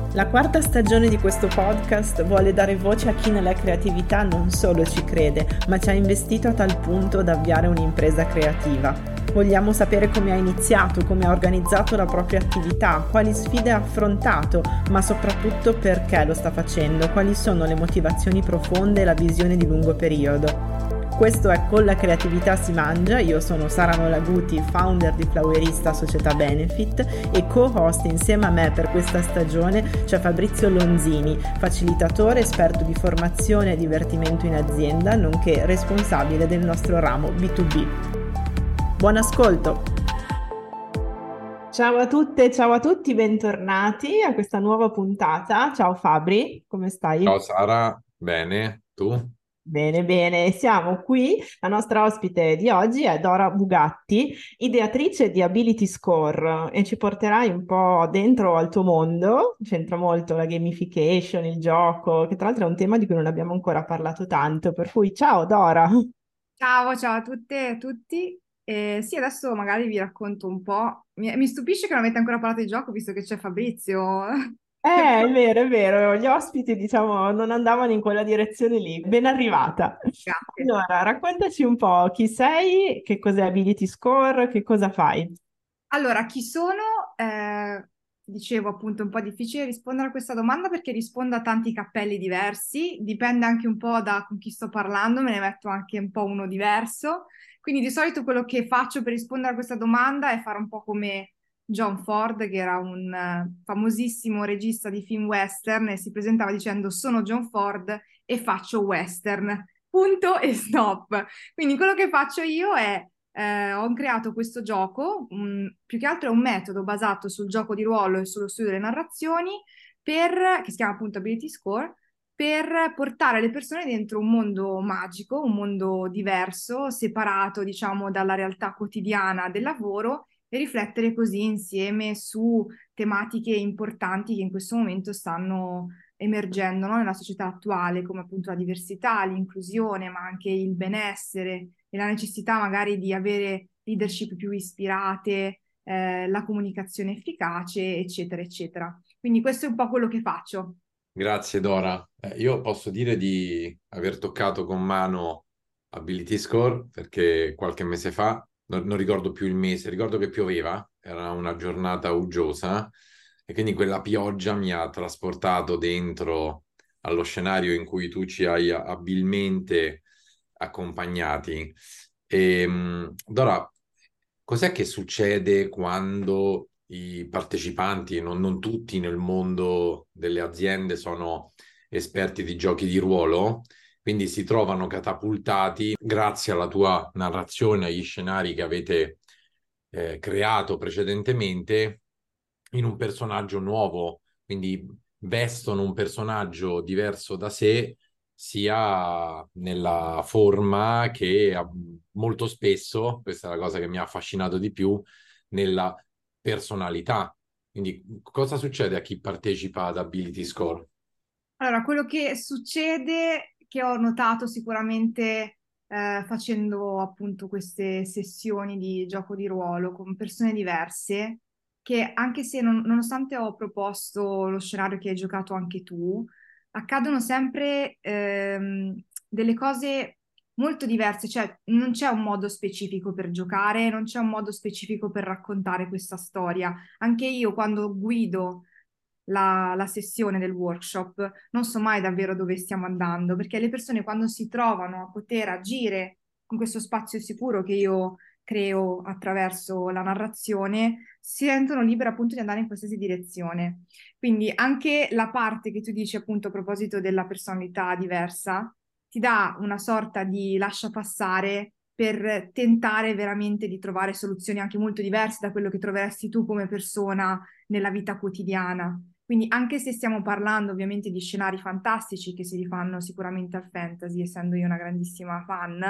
La quarta stagione di questo podcast vuole dare voce a chi nella creatività non solo ci crede, ma ci ha investito a tal punto da avviare un'impresa creativa. Vogliamo sapere come ha iniziato, come ha organizzato la propria attività, quali sfide ha affrontato, ma soprattutto perché lo sta facendo, quali sono le motivazioni profonde e la visione di lungo periodo. Questo è Con la creatività si mangia, io sono Sara Nolaguti, founder di Flowerista Società Benefit e co-host insieme a me per questa stagione c'è Fabrizio Lonzini, facilitatore, esperto di formazione e divertimento in azienda, nonché responsabile del nostro ramo B2B. Buon ascolto! Ciao a tutte, ciao a tutti, bentornati a questa nuova puntata. Ciao Fabri, come Ciao stai? Sara, bene, tu? Bene, bene, siamo qui. La nostra ospite di oggi è Dora Bugatti, ideatrice di Ability Score e ci porterai un po' dentro al tuo mondo. C'entra molto la gamification, il gioco, che tra l'altro è un tema di cui non abbiamo ancora parlato tanto. Per cui ciao Dora. Ciao a tutte e a tutti. Sì, adesso magari vi racconto un po'. Mi stupisce che non avete ancora parlato di gioco, visto che c'è Fabrizio. È vero, gli ospiti, diciamo, non andavano in quella direzione lì. Ben arrivata. Grazie. Allora, raccontaci un po' chi sei, che cos'è Ability Score, che cosa fai? Allora, chi sono? Dicevo appunto, è un po' difficile rispondere a questa domanda perché rispondo a tanti cappelli diversi, dipende anche un po' da con chi sto parlando, me ne metto anche un po' uno diverso. Quindi di solito quello che faccio per rispondere a questa domanda è fare un po' come John Ford, che era un famosissimo regista di film western e si presentava dicendo sono John Ford e faccio western. Punto e stop. Quindi quello che faccio io è ho creato questo gioco, più che altro è un metodo basato sul gioco di ruolo e sullo studio delle narrazioni, che si chiama appunto Ability Score, per portare le persone dentro un mondo magico, un mondo diverso, separato, diciamo, dalla realtà quotidiana del lavoro e riflettere così insieme su tematiche importanti che in questo momento stanno emergendo, no, nella società attuale, come appunto la diversità, l'inclusione, ma anche il benessere e la necessità magari di avere leadership più ispirate, la comunicazione efficace, eccetera, eccetera. Quindi questo è un po' quello che faccio. Grazie Dora. Io posso dire di aver toccato con mano Ability Score perché qualche mese fa, non ricordo più il mese, ricordo che pioveva, era una giornata uggiosa e quindi quella pioggia mi ha trasportato dentro allo scenario in cui tu ci hai abilmente accompagnati. Dora, cos'è che succede quando i partecipanti, non tutti nel mondo delle aziende sono esperti di giochi di ruolo, quindi si trovano catapultati grazie alla tua narrazione, agli scenari che avete creato precedentemente in un personaggio nuovo, quindi vestono un personaggio diverso da sé, sia nella forma che molto spesso, questa è la cosa che mi ha affascinato di più, nella personalità. Quindi cosa succede a chi partecipa ad Ability Score? Allora, quello che succede, che ho notato sicuramente facendo appunto queste sessioni di gioco di ruolo con persone diverse, che anche se nonostante ho proposto lo scenario che hai giocato anche tu, accadono sempre delle cose molto diverse, cioè non c'è un modo specifico per giocare, non c'è un modo specifico per raccontare questa storia. Anche io quando guido la sessione del workshop, non so mai davvero dove stiamo andando, perché le persone quando si trovano a poter agire in questo spazio sicuro che io creo attraverso la narrazione, si sentono libere appunto di andare in qualsiasi direzione. Quindi anche la parte che tu dici appunto a proposito della personalità diversa, ti dà una sorta di lascia passare per tentare veramente di trovare soluzioni anche molto diverse da quello che troveresti tu come persona nella vita quotidiana. Quindi anche se stiamo parlando ovviamente di scenari fantastici che si rifanno sicuramente al fantasy, essendo io una grandissima fan,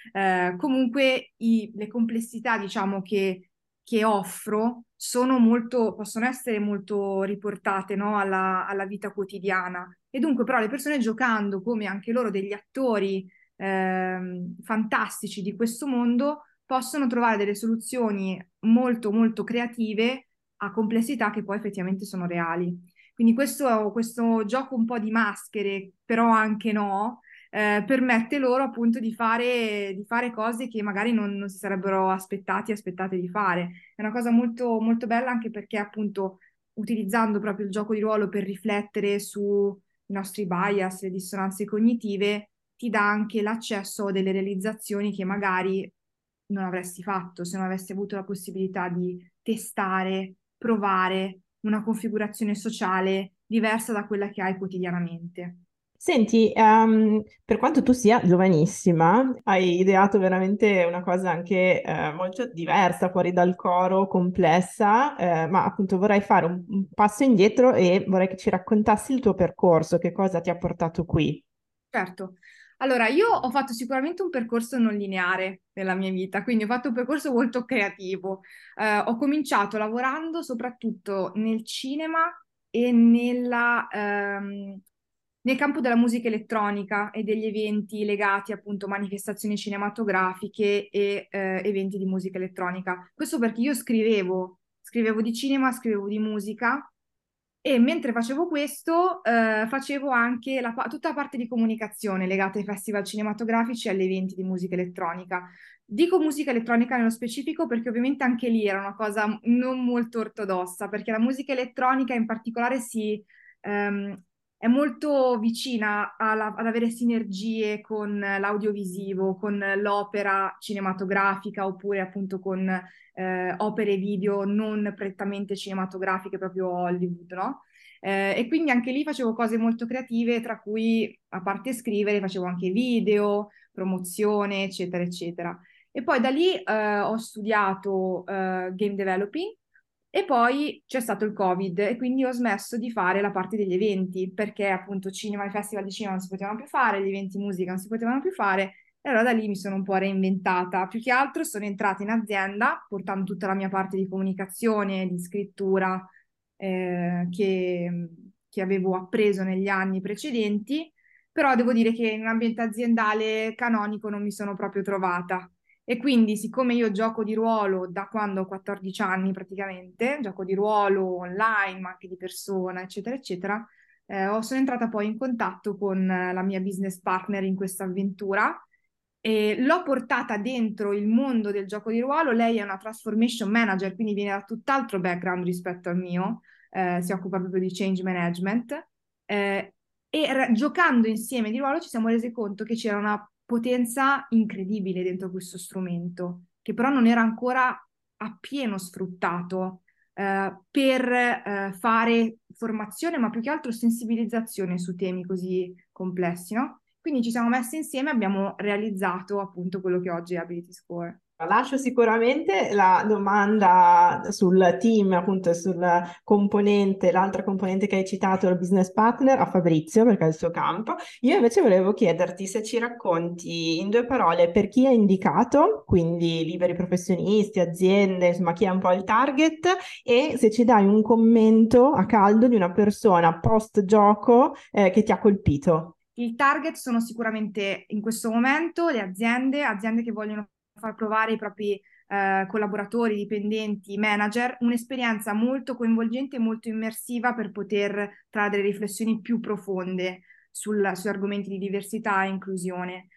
comunque le complessità, diciamo, che offro sono molto, possono essere molto riportate, no, alla vita quotidiana. E dunque però le persone giocando come anche loro degli attori fantastici di questo mondo possono trovare delle soluzioni molto molto creative a complessità che poi effettivamente sono reali. Quindi questo gioco un po' di maschere, però anche no, permette loro appunto di fare cose che magari non si sarebbero aspettate di fare. È una cosa molto, molto bella anche perché appunto utilizzando proprio il gioco di ruolo per riflettere sui nostri bias, le dissonanze cognitive, ti dà anche l'accesso a delle realizzazioni che magari non avresti fatto se non avessi avuto la possibilità di testare, provare una configurazione sociale diversa da quella che hai quotidianamente. Senti, per quanto tu sia giovanissima, hai ideato veramente una cosa anche molto diversa, fuori dal coro, complessa, ma appunto vorrei fare un passo indietro e vorrei che ci raccontassi il tuo percorso, che cosa ti ha portato qui. Certo. Allora, io ho fatto sicuramente un percorso non lineare nella mia vita, quindi ho fatto un percorso molto creativo. Ho cominciato lavorando soprattutto nel cinema e nel campo della musica elettronica e degli eventi legati appunto a manifestazioni cinematografiche e eventi di musica elettronica. Questo perché io scrivevo di cinema, scrivevo di musica e mentre facevo questo, facevo anche tutta la parte di comunicazione legata ai festival cinematografici e agli eventi di musica elettronica. Dico musica elettronica nello specifico perché ovviamente anche lì era una cosa non molto ortodossa, perché la musica elettronica in particolare è molto vicina ad avere sinergie con l'audiovisivo, con l'opera cinematografica oppure appunto con opere video non prettamente cinematografiche, proprio Hollywood, no? E quindi anche lì facevo cose molto creative, tra cui, a parte scrivere, facevo anche video, promozione, eccetera, eccetera. E poi da lì ho studiato game developing e poi c'è stato il Covid e quindi ho smesso di fare la parte degli eventi perché appunto cinema, i festival di cinema non si potevano più fare, gli eventi musica non si potevano più fare e allora da lì mi sono un po' reinventata. Più che altro sono entrata in azienda portando tutta la mia parte di comunicazione, di scrittura che avevo appreso negli anni precedenti, però devo dire che in un ambiente aziendale canonico non mi sono proprio trovata. E quindi, siccome io gioco di ruolo da quando ho 14 anni praticamente, gioco di ruolo online, ma anche di persona, eccetera, eccetera, sono entrata poi in contatto con la mia business partner in questa avventura e l'ho portata dentro il mondo del gioco di ruolo. Lei è una transformation manager, quindi viene da tutt'altro background rispetto al mio, si occupa proprio di change management. Giocando insieme di ruolo ci siamo resi conto che c'era una potenza incredibile dentro questo strumento, che però non era ancora appieno sfruttato per fare formazione, ma più che altro sensibilizzazione su temi così complessi, no? Quindi ci siamo messi insieme e abbiamo realizzato appunto quello che oggi è Ability Score. Lascio sicuramente la domanda sul team, appunto, e sul componente, l'altra componente che hai citato, il business partner, a Fabrizio, perché è il suo campo. Io invece volevo chiederti se ci racconti in due parole per chi è indicato, quindi liberi professionisti, aziende, insomma, chi è un po' il target, e se ci dai un commento a caldo di una persona post gioco che ti ha colpito. Il target sono sicuramente in questo momento le aziende che vogliono far provare ai propri collaboratori, dipendenti, manager, un'esperienza molto coinvolgente e molto immersiva per poter trarre delle riflessioni più profonde sugli argomenti di diversità e inclusione.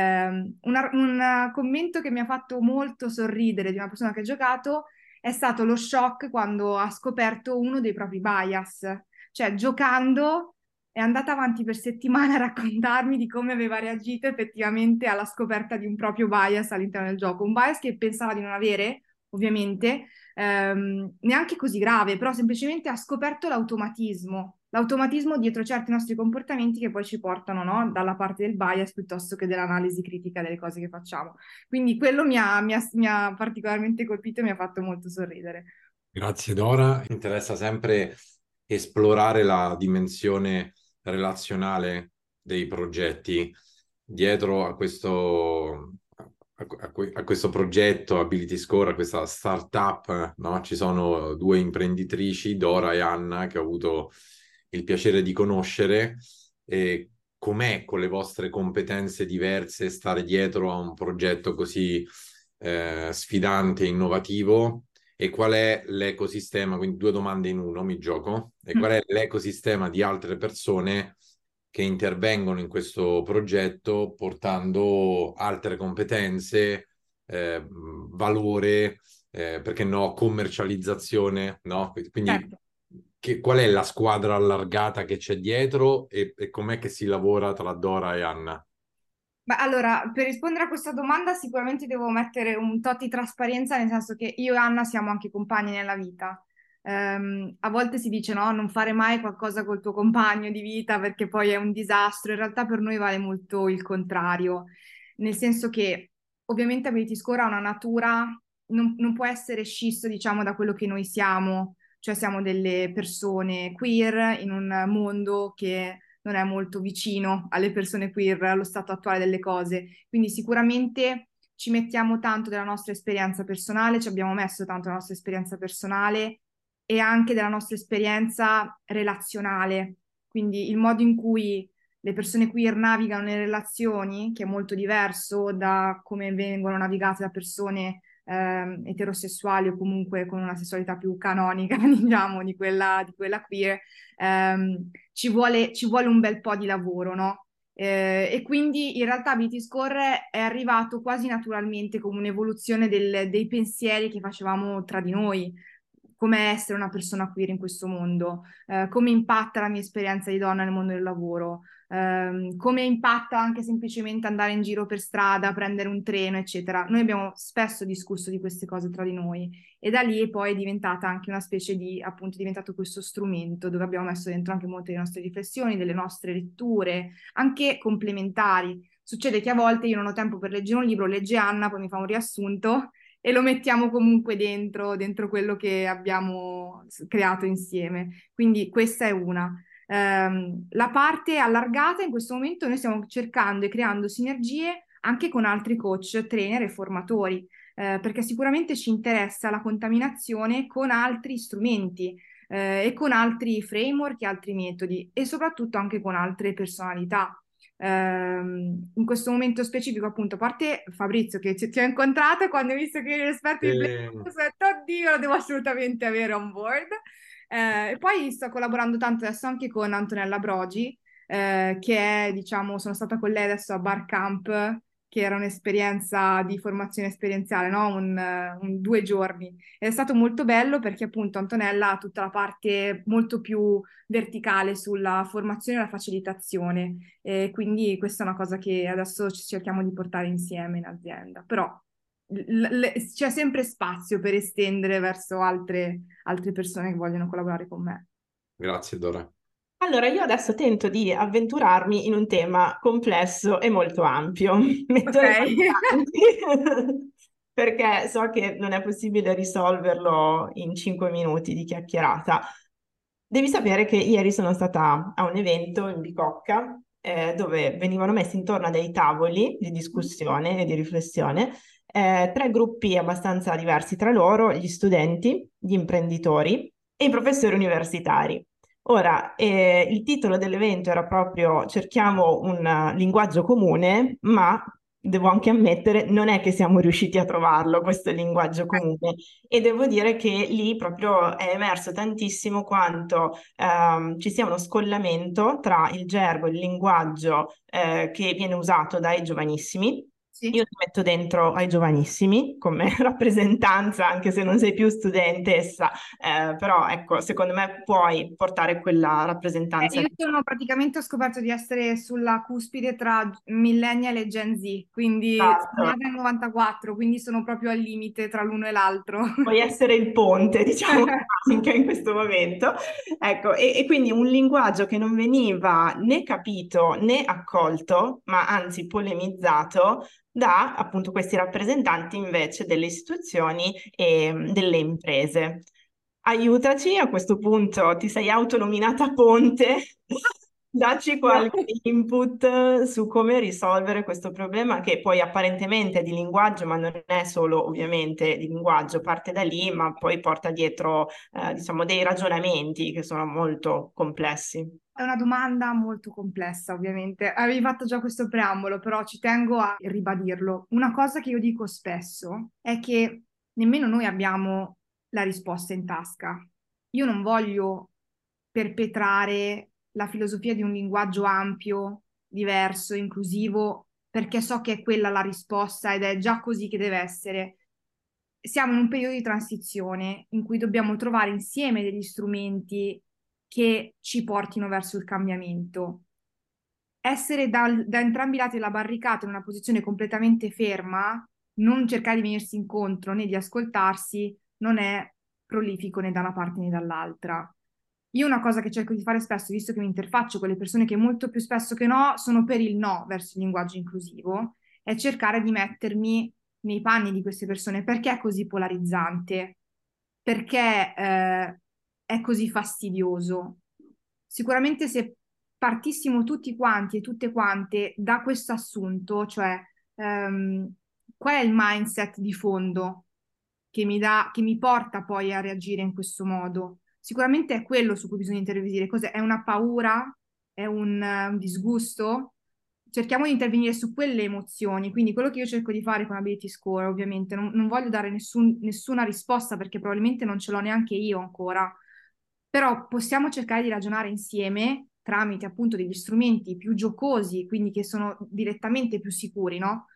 Un commento che mi ha fatto molto sorridere di una persona che ha giocato è stato lo shock quando ha scoperto uno dei propri bias, cioè giocando è andata avanti per settimane a raccontarmi di come aveva reagito effettivamente alla scoperta di un proprio bias all'interno del gioco, un bias che pensava di non avere, ovviamente, neanche così grave, però semplicemente ha scoperto l'automatismo dietro certi nostri comportamenti che poi ci portano, no, dalla parte del bias piuttosto che dell'analisi critica delle cose che facciamo. Quindi quello mi ha particolarmente colpito e mi ha fatto molto sorridere. Grazie Dora, mi interessa sempre esplorare la dimensione relazionale dei progetti. Dietro a questo progetto Ability Score, a questa startup, no? Ci sono due imprenditrici, Dora e Anna, che ho avuto il piacere di conoscere. E com'è con le vostre competenze diverse stare dietro a un progetto così sfidante e innovativo? e qual è l'ecosistema, quindi due domande in uno mi gioco, e qual è l'ecosistema di altre persone che intervengono in questo progetto portando altre competenze, valore, perché no, commercializzazione, no? Quindi Certo. qual è la squadra allargata che c'è dietro e com'è che si lavora tra Dora e Anna? Beh, allora, per rispondere a questa domanda sicuramente devo mettere un tot di trasparenza, nel senso che io e Anna siamo anche compagni nella vita. A volte si dice no, non fare mai qualcosa col tuo compagno di vita perché poi è un disastro. In realtà per noi vale molto il contrario, nel senso che ovviamente Ability Score ha una natura, non può essere scisso, diciamo, da quello che noi siamo, cioè siamo delle persone queer in un mondo che non è molto vicino alle persone queer, allo stato attuale delle cose. Quindi sicuramente ci mettiamo tanto della nostra esperienza personale, ci abbiamo messo tanto della nostra esperienza personale e anche della nostra esperienza relazionale. Quindi il modo in cui le persone queer navigano nelle relazioni, che è molto diverso da come vengono navigate da persone eterosessuali o comunque con una sessualità più canonica, diciamo, di quella queer, ci vuole un bel po' di lavoro, no? E quindi in realtà BT Score è arrivato quasi naturalmente come un'evoluzione dei pensieri che facevamo tra di noi, come essere una persona queer in questo mondo, come impatta la mia esperienza di donna nel mondo del lavoro, come impatta anche semplicemente andare in giro per strada, prendere un treno, eccetera. Noi abbiamo spesso discusso di queste cose tra di noi e da lì poi è diventata anche una specie di, appunto, è diventato questo strumento dove abbiamo messo dentro anche molte delle nostre riflessioni, delle nostre letture, anche complementari. Succede che a volte io non ho tempo per leggere un libro, legge Anna, poi mi fa un riassunto e lo mettiamo comunque dentro quello che abbiamo creato insieme. Quindi questa è una. La parte allargata in questo momento noi stiamo cercando e creando sinergie anche con altri coach, trainer e formatori, perché sicuramente ci interessa la contaminazione con altri strumenti e con altri framework e altri metodi e soprattutto anche con altre personalità. In questo momento specifico, appunto, a parte Fabrizio che ti ho incontrato quando hai visto che eri l'esperto di Black Box, ho detto, oddio, lo devo assolutamente avere on board. E poi sto collaborando tanto adesso anche con Antonella Brogi, che è, diciamo, sono stata con lei adesso a Bar Camp, che era un'esperienza di formazione esperienziale, no? 2 giorni. Ed è stato molto bello perché appunto Antonella ha tutta la parte molto più verticale sulla formazione e la facilitazione. E quindi questa è una cosa che adesso ci cerchiamo di portare insieme in azienda. Però c'è sempre spazio per estendere verso altre persone che vogliono collaborare con me. Grazie, Dora. Allora, io adesso tento di avventurarmi in un tema complesso e molto ampio. Metto Ok. le mani avanti perché so che non è possibile risolverlo in 5 minuti di chiacchierata. Devi sapere che ieri sono stata a un evento in Bicocca dove venivano messi intorno a dei tavoli di discussione e di riflessione 3 gruppi abbastanza diversi tra loro, gli studenti, gli imprenditori e i professori universitari. Ora, il titolo dell'evento era proprio Cerchiamo un linguaggio comune, ma devo anche ammettere, non è che siamo riusciti a trovarlo, questo linguaggio comune. E devo dire che lì proprio è emerso tantissimo quanto ci sia uno scollamento tra il gergo, il linguaggio che viene usato dai giovanissimi. Sì. Io ti metto dentro ai giovanissimi come rappresentanza, anche se non sei più studentessa, però ecco, secondo me puoi portare quella rappresentanza. Io praticamente ho scoperto di essere sulla cuspide tra Millennial e Gen Z, quindi sono Esatto. nata nel 94, quindi sono proprio al limite tra l'uno e l'altro. Puoi essere il ponte, diciamo, anche in questo momento. Ecco, e quindi un linguaggio che non veniva né capito né accolto, ma anzi polemizzato da appunto questi rappresentanti invece delle istituzioni e delle imprese. Aiutaci, a questo punto ti sei autonominata ponte. Dacci qualche input su come risolvere questo problema che poi apparentemente è di linguaggio, ma non è solo ovviamente di linguaggio, parte da lì, ma poi porta dietro, diciamo, dei ragionamenti che sono molto complessi. È una domanda molto complessa, ovviamente. Avevi fatto già questo preambolo, però ci tengo a ribadirlo. Una cosa che io dico spesso è che nemmeno noi abbiamo la risposta in tasca. Io non voglio perpetrare la filosofia di un linguaggio ampio, diverso, inclusivo, perché so che è quella la risposta ed è già così che deve essere. Siamo in un periodo di transizione in cui dobbiamo trovare insieme degli strumenti che ci portino verso il cambiamento. Essere da entrambi i lati della barricata in una posizione completamente ferma, non cercare di venirsi incontro né di ascoltarsi, non è prolifico né da una parte né dall'altra. Io una cosa che cerco di fare spesso, visto che mi interfaccio con le persone che molto più spesso che no sono per il no verso il linguaggio inclusivo, è cercare di mettermi nei panni di queste persone. Perché è così polarizzante? Perché è così fastidioso? Sicuramente se partissimo tutti quanti e tutte quante da questo assunto, cioè qual è il mindset di fondo che mi porta poi a reagire in questo modo? Sicuramente è quello su cui bisogna intervenire. Cos'è? È una paura? È un disgusto? Cerchiamo di intervenire su quelle emozioni. Quindi quello che io cerco di fare con Ability Score, ovviamente, non voglio dare nessuna risposta perché probabilmente non ce l'ho neanche io ancora, però possiamo cercare di ragionare insieme tramite appunto degli strumenti più giocosi, quindi che sono direttamente più sicuri, no?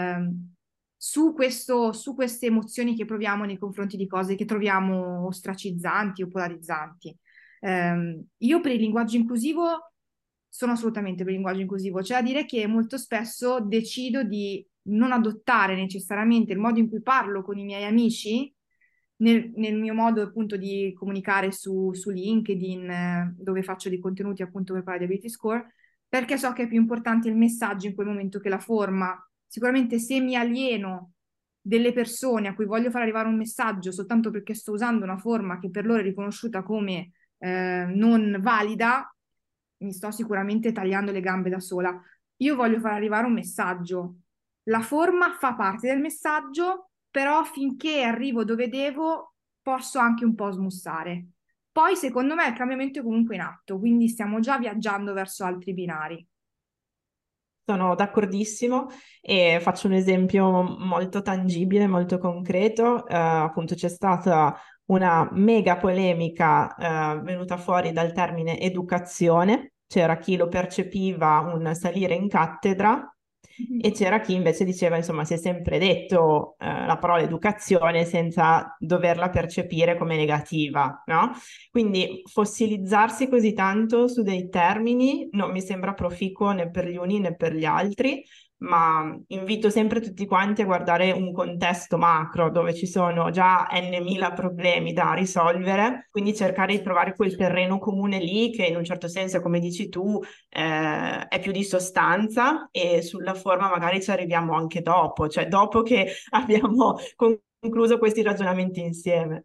Su queste emozioni che proviamo nei confronti di cose che troviamo ostracizzanti o polarizzanti. Io per il linguaggio inclusivo sono assolutamente per il linguaggio inclusivo, cioè a dire che molto spesso decido di non adottare necessariamente il modo in cui parlo con i miei amici nel mio modo appunto di comunicare su LinkedIn, dove faccio dei contenuti appunto per parlare di ability score, perché so che è più importante il messaggio in quel momento che la forma. Sicuramente se mi alieno delle persone a cui voglio far arrivare un messaggio soltanto perché sto usando una forma che per loro è riconosciuta come non valida, mi sto sicuramente tagliando le gambe da sola. Io voglio far arrivare un messaggio. La forma fa parte del messaggio, però finché arrivo dove devo, posso anche un po' smussare. Poi, secondo me, il cambiamento è comunque in atto, quindi stiamo già viaggiando verso altri binari. Sono d'accordissimo e faccio un esempio molto tangibile, molto concreto. Appunto c'è stata una mega polemica venuta fuori dal termine educazione. C'era chi lo percepiva un salire in cattedra e c'era chi invece diceva, insomma, si è sempre detto la parola educazione senza doverla percepire come negativa, no? Quindi fossilizzarsi così tanto su dei termini non mi sembra proficuo né per gli uni né per gli altri, ma invito sempre tutti quanti a guardare un contesto macro dove ci sono già n mila problemi da risolvere, quindi cercare di trovare quel terreno comune lì che in un certo senso, come dici tu, è più di sostanza e sulla forma magari ci arriviamo anche dopo, cioè dopo che abbiamo concluso questi ragionamenti insieme.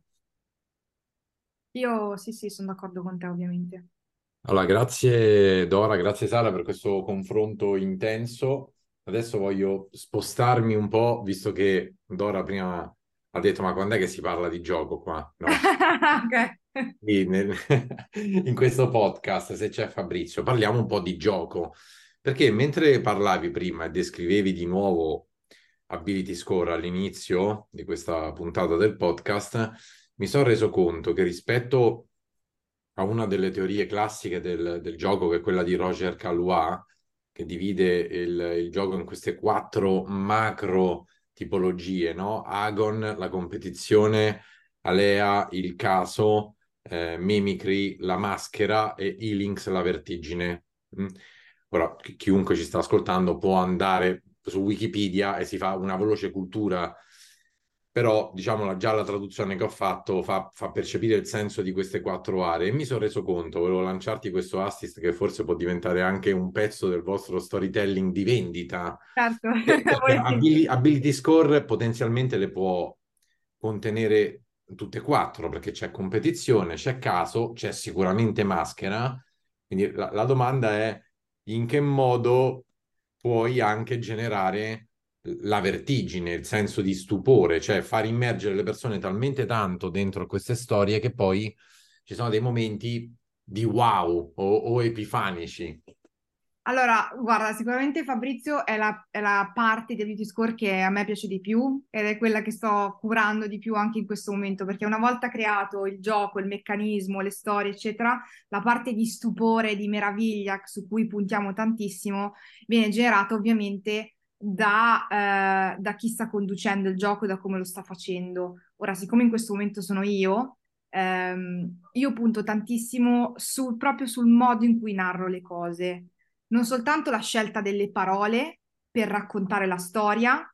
Io sì, sì, sono d'accordo con te, ovviamente. Allora, grazie Dora, grazie Sara per questo confronto intenso. Adesso voglio spostarmi un po', visto che Dora prima ha detto, ma quando è che si parla di gioco qua? No? Ok. Sì, in questo podcast, se c'è Fabrizio, parliamo un po' di gioco, perché mentre parlavi prima e descrivevi di nuovo Ability Score all'inizio di questa puntata del podcast, mi sono reso conto che rispetto a una delle teorie classiche del gioco, che è quella di Roger Caillois, che divide il gioco in queste quattro macro tipologie, no? Agon, la competizione, Alea, il caso, Mimicry, la maschera e Ilinx, la vertigine. Mm. Ora, chiunque ci sta ascoltando può andare su Wikipedia e si fa una veloce cultura, però diciamo già la traduzione che ho fatto fa percepire il senso di queste quattro aree e mi sono reso conto, volevo lanciarti questo assist che forse può diventare anche un pezzo del vostro storytelling di vendita. Certo, Perché volentieri. Ability Score potenzialmente le può contenere tutte e quattro, perché c'è competizione, c'è caso, c'è sicuramente maschera. Quindi la domanda è in che modo puoi anche generare la vertigine, il senso di stupore, cioè far immergere le persone talmente tanto dentro queste storie che poi ci sono dei momenti di wow o epifanici. Allora, guarda, sicuramente Fabrizio è la parte di Beauty Score che a me piace di più ed è quella che sto curando di più anche in questo momento, perché una volta creato il gioco, il meccanismo, le storie, eccetera, la parte di stupore, di meraviglia su cui puntiamo tantissimo, viene generata ovviamente da chi sta conducendo il gioco, da come lo sta facendo. Ora, siccome in questo momento sono io punto tantissimo proprio sul modo in cui narro le cose, non soltanto la scelta delle parole per raccontare la storia,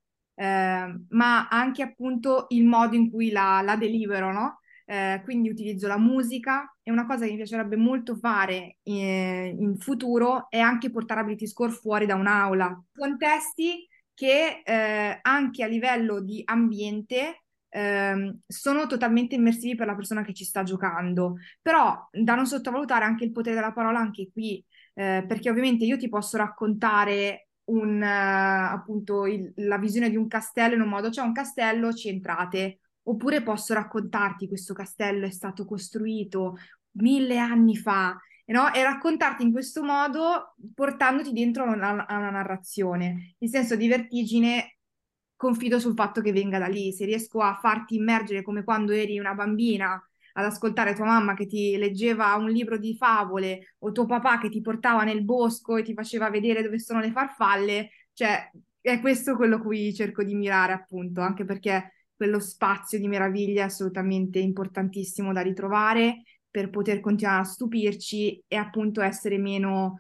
ma anche appunto il modo in cui la delivero, no? Quindi utilizzo la musica e una cosa che mi piacerebbe molto fare in futuro è anche portare Ability Score fuori da un'aula. Contesti che anche a livello di ambiente sono totalmente immersivi per la persona che ci sta giocando, però da non sottovalutare anche il potere della parola anche qui, perché ovviamente io ti posso raccontare appunto la visione di un castello in un modo, c'è un castello, ci entrate, oppure posso raccontarti questo castello è stato costruito 1000 anni fa, no? E raccontarti in questo modo portandoti dentro a una narrazione. Il senso di vertigine confido sul fatto che venga da lì, se riesco a farti immergere come quando eri una bambina ad ascoltare tua mamma che ti leggeva un libro di favole o tuo papà che ti portava nel bosco e ti faceva vedere dove sono le farfalle, cioè è questo quello a cui cerco di mirare appunto, anche perché quello spazio di meraviglia è assolutamente importantissimo da ritrovare per poter continuare a stupirci e appunto essere meno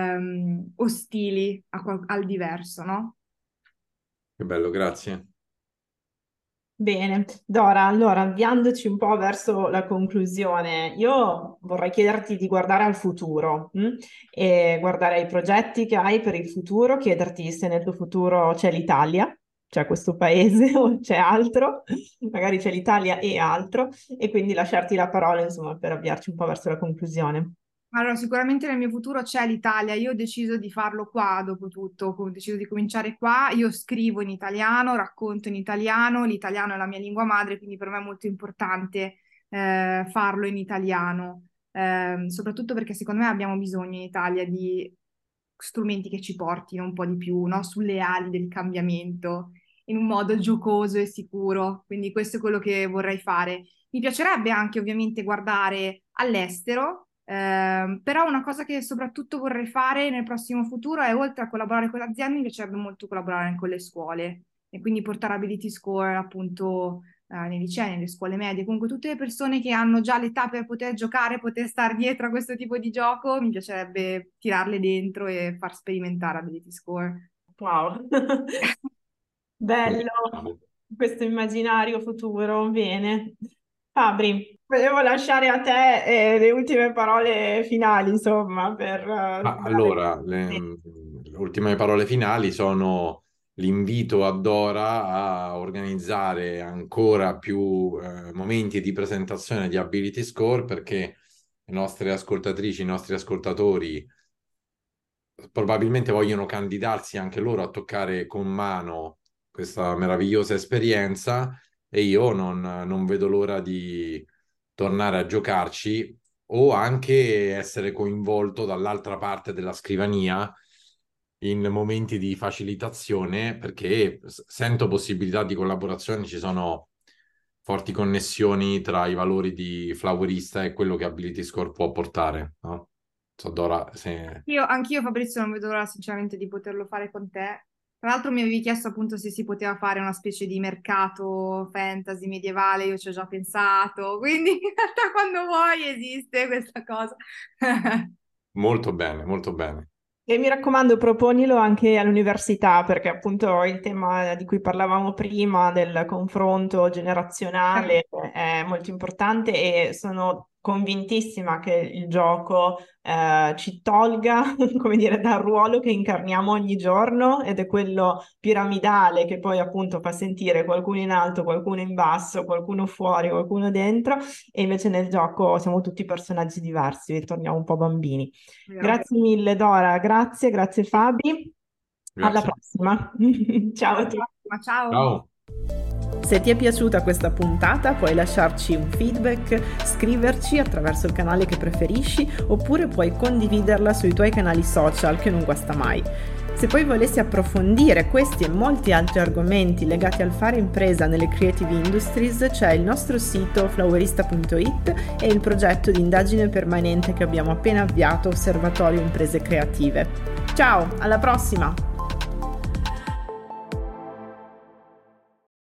ostili al diverso, no? Che bello, grazie. Bene, Dora, allora avviandoci un po' verso la conclusione, io vorrei chiederti di guardare al futuro, e guardare ai progetti che hai per il futuro, chiederti se nel tuo futuro c'è l'Italia, c'è questo paese o c'è altro, magari c'è l'Italia e altro, e quindi lasciarti la parola, insomma, per avviarci un po' verso la conclusione. Allora, sicuramente nel mio futuro c'è l'Italia, io ho deciso di farlo qua, dopo tutto, ho deciso di cominciare qua, io scrivo in italiano, racconto in italiano, l'italiano è la mia lingua madre, quindi per me è molto importante farlo in italiano. Soprattutto perché secondo me abbiamo bisogno in Italia di strumenti che ci portino un po' di più, no? Sulle ali del cambiamento, in un modo giocoso e sicuro, quindi questo è quello che vorrei fare. Mi piacerebbe anche ovviamente guardare all'estero, però una cosa che soprattutto vorrei fare nel prossimo futuro è, oltre a collaborare con le aziende, mi piacerebbe molto collaborare anche con le scuole e quindi portare Ability Score appunto nei licei, nelle scuole medie, comunque tutte le persone che hanno già l'età per poter giocare, poter stare dietro a questo tipo di gioco, mi piacerebbe tirarle dentro e far sperimentare Ability Score. Wow, bello questo immaginario futuro, bene. Fabri, volevo lasciare a te le ultime parole finali, insomma, per dare... Allora, le ultime parole finali sono l'invito a Dora a organizzare ancora più momenti di presentazione di Ability Score perché le nostre ascoltatrici, i nostri ascoltatori probabilmente vogliono candidarsi anche loro a toccare con mano questa meravigliosa esperienza e io non vedo l'ora di tornare a giocarci o anche essere coinvolto dall'altra parte della scrivania in momenti di facilitazione perché sento possibilità di collaborazione, ci sono forti connessioni tra i valori di Flowerista e quello che Ability Score può portare, no? So, Dora, se... Anch'io Fabrizio non vedo l'ora sinceramente di poterlo fare con te. Tra l'altro mi avevi chiesto appunto se si poteva fare una specie di mercato fantasy medievale, io ci ho già pensato, quindi in realtà quando vuoi esiste questa cosa. Molto bene, molto bene. E mi raccomando, proponilo anche all'università, perché appunto il tema di cui parlavamo prima del confronto generazionale è molto importante e sono convintissima che il gioco ci tolga, come dire, dal ruolo che incarniamo ogni giorno ed è quello piramidale che poi appunto fa sentire qualcuno in alto, qualcuno in basso, qualcuno fuori, qualcuno dentro e invece nel gioco siamo tutti personaggi diversi, ritorniamo un po' bambini. Vero. Grazie mille Dora, grazie, grazie Fabi. Alla Grazie. prossima. Ciao a Alla tutti. prossima, ciao. Ciao. Se ti è piaciuta questa puntata puoi lasciarci un feedback, scriverci attraverso il canale che preferisci oppure puoi condividerla sui tuoi canali social, che non guasta mai. Se poi volessi approfondire questi e molti altri argomenti legati al fare impresa nelle creative industries, c'è il nostro sito flowerista.it e il progetto di indagine permanente che abbiamo appena avviato, Osservatorio Imprese Creative. Ciao, alla prossima!